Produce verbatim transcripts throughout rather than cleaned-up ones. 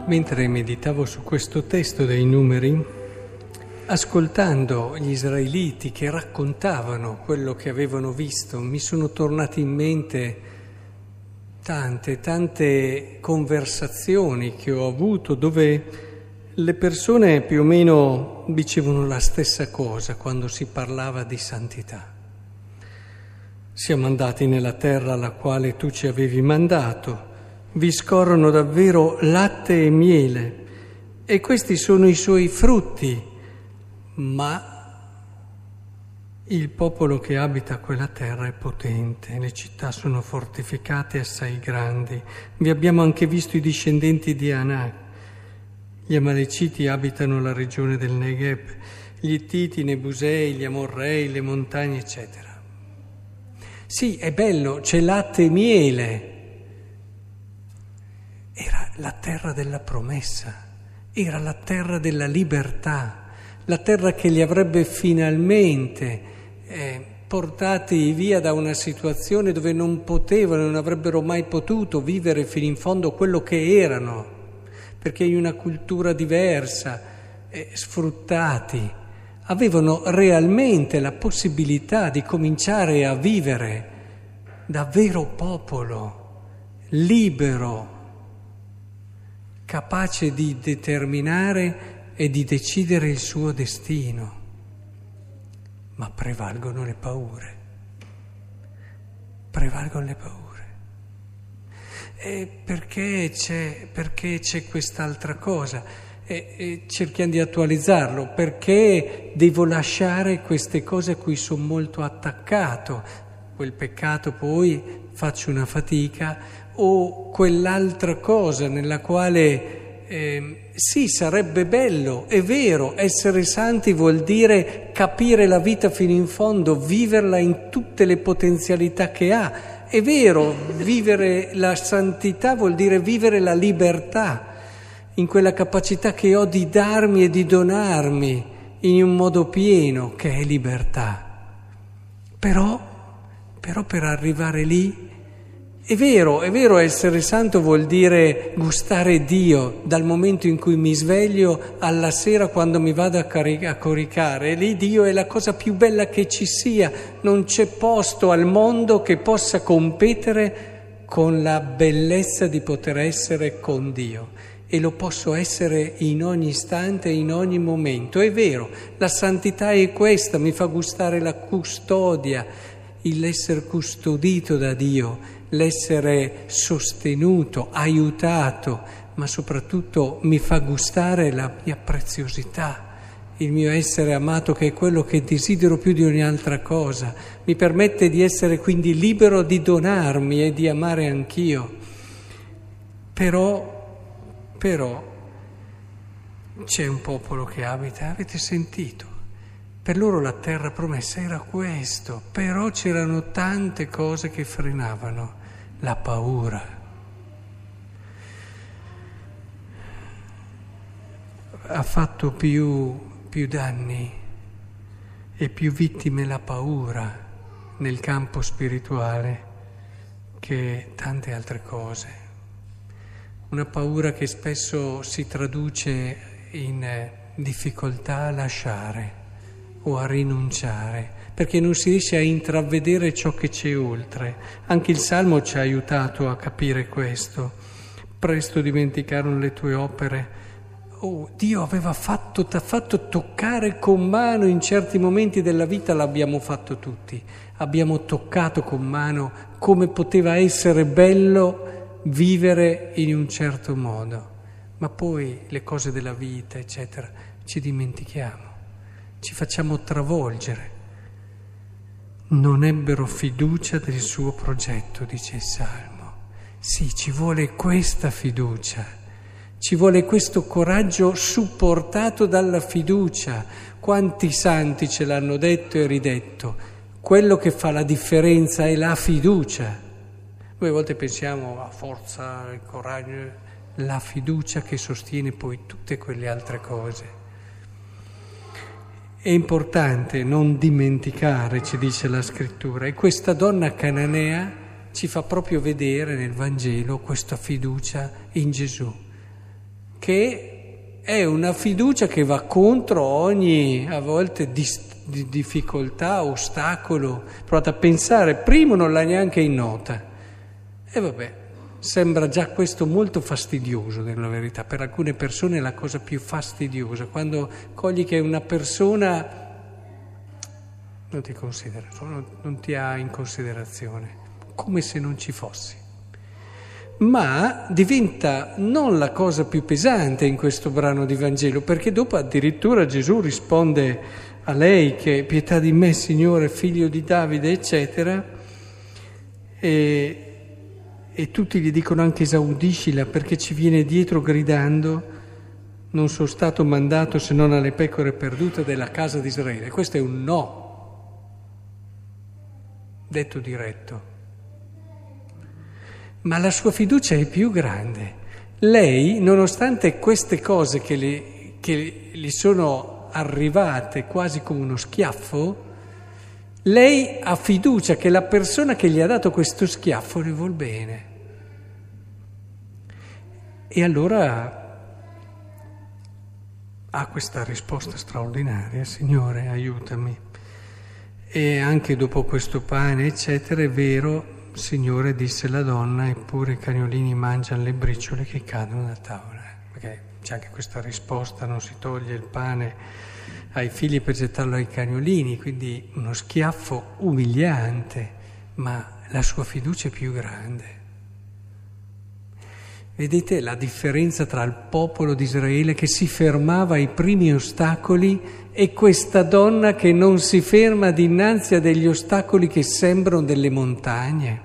Mentre meditavo su questo testo dei Numeri, ascoltando gli israeliti che raccontavano quello che avevano visto, mi sono tornate in mente tante, tante conversazioni che ho avuto dove le persone più o meno dicevano la stessa cosa quando si parlava di santità. Siamo andati nella terra alla quale tu ci avevi mandato. Vi scorrono davvero latte e miele, e questi sono i suoi frutti, ma il popolo che abita quella terra è potente, le città sono fortificate assai grandi. Vi abbiamo anche visto i discendenti di Anak. Gli Amaleciti abitano la regione del Negev, gli Ittiti, i Nebusei, gli Amorrei, le montagne, eccetera. Sì, è bello, c'è latte e miele. Era la terra della promessa, era la terra della libertà, la terra che li avrebbe finalmente eh, portati via da una situazione dove non potevano, non avrebbero mai potuto vivere fino in fondo quello che erano, perché in una cultura diversa, eh, sfruttati, avevano realmente la possibilità di cominciare a vivere da vero popolo, libero, capace di determinare e di decidere il suo destino, ma prevalgono le paure, prevalgono le paure. E perché c'è, perché c'è quest'altra cosa? E, e cerchiamo di attualizzarlo, perché devo lasciare queste cose a cui sono molto attaccato, quel peccato poi faccio una fatica, o quell'altra cosa nella quale eh, sì, sarebbe bello, è vero, essere santi vuol dire capire la vita fino in fondo, viverla in tutte le potenzialità che ha. È vero, vivere la santità vuol dire vivere la libertà, in quella capacità che ho di darmi e di donarmi in un modo pieno, che è libertà. Però, però per arrivare lì, È vero, è vero, essere santo vuol dire gustare Dio dal momento in cui mi sveglio alla sera quando mi vado a, caric- a coricare. E lì Dio è la cosa più bella che ci sia, non c'è posto al mondo che possa competere con la bellezza di poter essere con Dio. E lo posso essere in ogni istante, in ogni momento. È vero, la santità è questa, mi fa gustare la custodia, l'essere custodito da Dio, l'essere sostenuto, aiutato, ma soprattutto mi fa gustare la mia preziosità, il mio essere amato, che è quello che desidero più di ogni altra cosa. Mi permette di essere quindi libero di donarmi e di amare anch'io. Però, però, c'è un popolo che abita, avete sentito? Per loro la terra promessa era questo, però c'erano tante cose che frenavano, la paura. Ha fatto più, più danni e più vittime la paura nel campo spirituale che tante altre cose. Una paura che spesso si traduce in difficoltà a lasciare o a rinunciare, perché non si riesce a intravedere ciò che c'è oltre. Anche il Salmo ci ha aiutato a capire questo. Presto dimenticarono le tue opere. Oh, Dio aveva fatto, t'ha fatto toccare con mano in certi momenti della vita, l'abbiamo fatto tutti. Abbiamo toccato con mano come poteva essere bello vivere in un certo modo. Ma poi le cose della vita, eccetera, ci dimentichiamo. Ci facciamo travolgere. Non ebbero fiducia del suo progetto, dice il Salmo. Sì, ci vuole questa fiducia, ci vuole questo coraggio supportato dalla fiducia. Quanti santi ce l'hanno detto e ridetto. Quello che fa la differenza è la fiducia. Noi a volte pensiamo a forza, il coraggio, la fiducia che sostiene poi tutte quelle altre cose. È importante non dimenticare, ci dice la Scrittura, e questa donna cananea ci fa proprio vedere nel Vangelo questa fiducia in Gesù, che è una fiducia che va contro ogni, a volte, dis- di difficoltà, ostacolo. Provate a pensare, primo non l'ha neanche in nota. E vabbè, sembra già questo molto fastidioso, nella verità. Per alcune persone è la cosa più fastidiosa, quando cogli che una persona non ti considera, non ti ha in considerazione, come se non ci fossi. Ma diventa non la cosa più pesante in questo brano di Vangelo, perché dopo addirittura Gesù risponde a lei che pietà di me, Signore, figlio di Davide, eccetera, e, e tutti gli dicono anche esaudiscila perché ci viene dietro gridando: non sono stato mandato se non alle pecore perdute della casa di Israele. Questo è un no, detto diretto. Ma la sua fiducia è più grande. Lei, nonostante queste cose che le, che le sono arrivate quasi come uno schiaffo, lei ha fiducia che la persona che gli ha dato questo schiaffo le vuol bene. E allora ha questa risposta straordinaria: Signore, aiutami. E anche dopo questo pane, eccetera, è vero, Signore, disse la donna, eppure i cagnolini mangiano le briciole che cadono da tavola. Perché c'è anche questa risposta: non si toglie il pane ai figli per gettarlo ai cagnolini, quindi uno schiaffo umiliante, ma la sua fiducia è più grande. Vedete la differenza tra il popolo di Israele che si fermava ai primi ostacoli e questa donna che non si ferma dinanzi a degli ostacoli che sembrano delle montagne.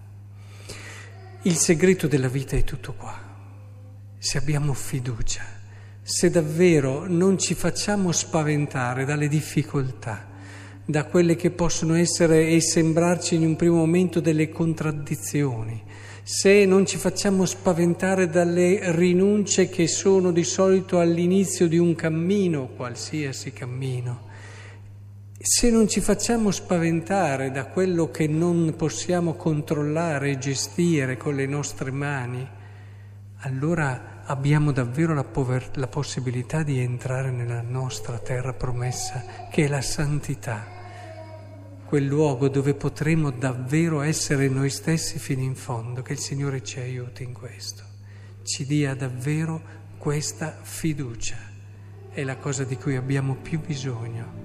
Il segreto della vita è tutto qua. Se abbiamo fiducia, se davvero non ci facciamo spaventare dalle difficoltà, da quelle che possono essere e sembrarci in un primo momento delle contraddizioni, se non ci facciamo spaventare dalle rinunce che sono di solito all'inizio di un cammino, qualsiasi cammino, se non ci facciamo spaventare da quello che non possiamo controllare e gestire con le nostre mani, allora abbiamo davvero la, pover- la possibilità di entrare nella nostra terra promessa, che è la santità, quel luogo dove potremo davvero essere noi stessi fino in fondo. Che il Signore ci aiuti in questo, ci dia davvero questa fiducia, è la cosa di cui abbiamo più bisogno.